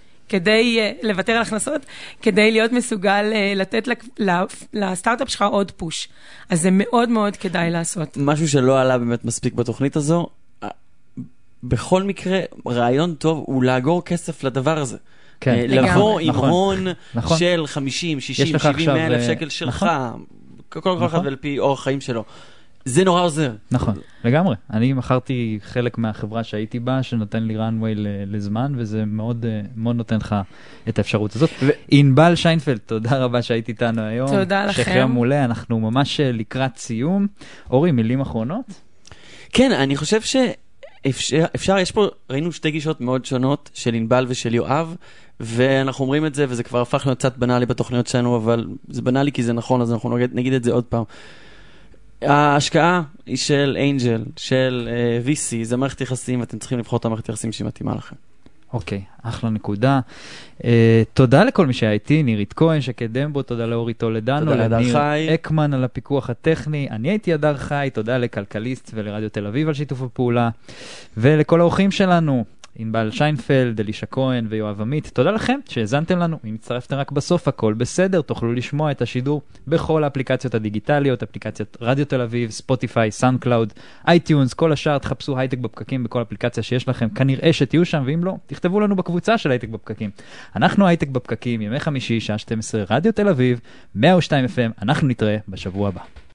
כדי להיות מסוגל לתת לסטארט-אפ שלך עוד פוש. אז זה מאוד מאוד כדאי לעשות. משהו שלא עלה באמת מספיק בתוכנית הזו, בכל מקרה, רעיון טוב הוא לאגור כסף לדבר הזה. לבוא עם הון של 50, 60, 70 אלף שקל שלך, כל אחד ועל פי אורח חיים שלו. זה נורא עוזר. נכון, לגמרי. אני מכרתי חלק מהחברה שהייתי בה, שנותן לי runway לזמן, וזה מאוד נותן לך את האפשרות הזאת. ענבל שיינפלד, תודה רבה שהיית איתנו היום. תודה לכם. שחרר מעולה, אנחנו ממש לקראת סיום. אורי, מילים אחרונות? כן, אני חושב שאפשר, יש פה, ראינו שתי גישות מאוד שונות, של ענבל ושל יואב, ואנחנו אומרים את זה, וזה כבר הפך להיות קצת בנאלי בתוכניות שלנו, אבל זה בנאלי כי זה נכון, אז אנחנו נגיד את זה עוד פעם. ההשקעה היא של אנג'ל, של VC, זה מערכת יחסים, ואתם צריכים לבחור את המערכת יחסים שהיא מתאימה לכם. אוקיי, אחלה נקודה. תודה לכל מי שהיה איתי, נירית כהן שקדם בו, תודה לאורי טולדנו, לניר אקמן על הפיקוח הטכני, אני הייתי אדר חי, תודה לכלכליסט ולרדיו תל אביב על שיתוף הפעולה, ולכל האורחים שלנו, ענבל שיינפלד, אלישה כהן ויואב עמית. תודה לכם שהזנתם לנו. אם הצטרפתם רק בסוף, הכל בסדר. תוכלו לשמוע את השידור בכל האפליקציות הדיגיטליות, אפליקציית רדיו תל אביב, ספוטיפיי, סאונד קלאוד, אייטיונס, כל השאר. תחפשו הייטק בפקקים בכל אפליקציה שיש לכם. כנראה שתהיו שם, ואם לא, תכתבו לנו בקבוצה של הייטק בפקקים. אנחנו הייטק בפקקים, ימי חמישי, שעה 12, רדיו תל אביב, 102 FM. אנחנו נתראה בשבוע הבא.